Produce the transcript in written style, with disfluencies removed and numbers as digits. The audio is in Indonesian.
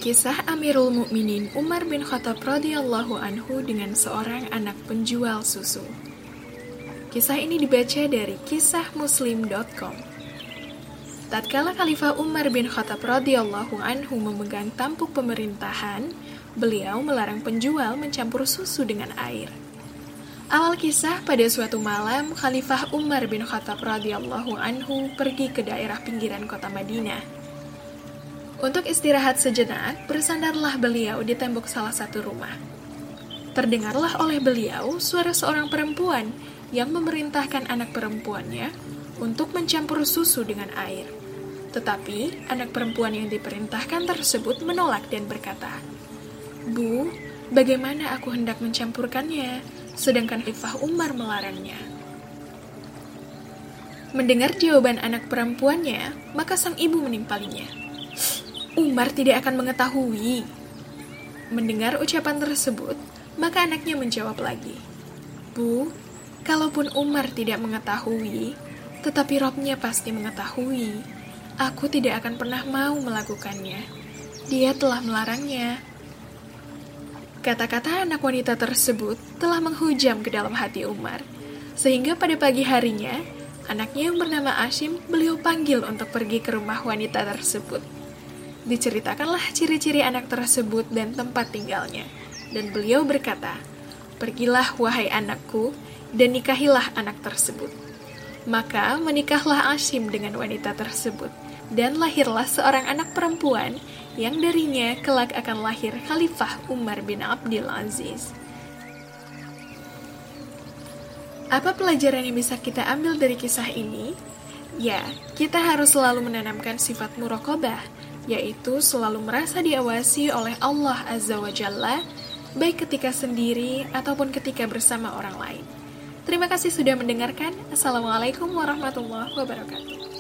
Kisah Amirul Mukminin Umar bin Khattab radhiyallahu anhu dengan seorang anak penjual susu. Kisah ini dibaca dari kisahmuslim.com. Tatkala Khalifah Umar bin Khattab radhiyallahu anhu memegang tampuk pemerintahan, beliau melarang penjual mencampur susu dengan air. Awal kisah, pada suatu malam, Khalifah Umar bin Khattab radhiyallahu anhu pergi ke daerah pinggiran kota Madinah. Untuk istirahat sejenak, bersandarlah beliau di tembok salah satu rumah. Terdengarlah oleh beliau suara seorang perempuan yang memerintahkan anak perempuannya untuk mencampur susu dengan air. Tetapi, anak perempuan yang diperintahkan tersebut menolak dan berkata, "Bu, bagaimana aku hendak mencampurkannya, sedangkan Khalifah Umar melarangnya?" Mendengar jawaban anak perempuannya, maka sang ibu menimpalinya. "Umar tidak akan mengetahui." Mendengar ucapan tersebut, maka anaknya menjawab lagi, "Bu, kalaupun Umar tidak mengetahui, tetapi Robnya pasti mengetahui. Aku tidak akan pernah mau melakukannya. Dia telah melarangnya." Kata-kata anak wanita tersebut telah menghujam ke dalam hati Umar, sehingga pada pagi harinya, anaknya yang bernama Ashim beliau panggil untuk pergi ke rumah wanita tersebut. Diceritakanlah ciri-ciri anak tersebut dan tempat tinggalnya, dan beliau berkata, "Pergilah wahai anakku, dan nikahilah anak tersebut." Maka menikahlah Ashim dengan wanita tersebut, dan lahirlah seorang anak perempuan yang darinya kelak akan lahir Khalifah Umar bin Abdul Aziz. Apa pelajaran yang bisa kita ambil dari kisah ini? Ya, kita harus selalu menanamkan sifat muraqabah, yaitu selalu merasa diawasi oleh Allah Azza wa Jalla, baik ketika sendiri ataupun ketika bersama orang lain. Terima kasih sudah mendengarkan. Assalamualaikum warahmatullahi wabarakatuh.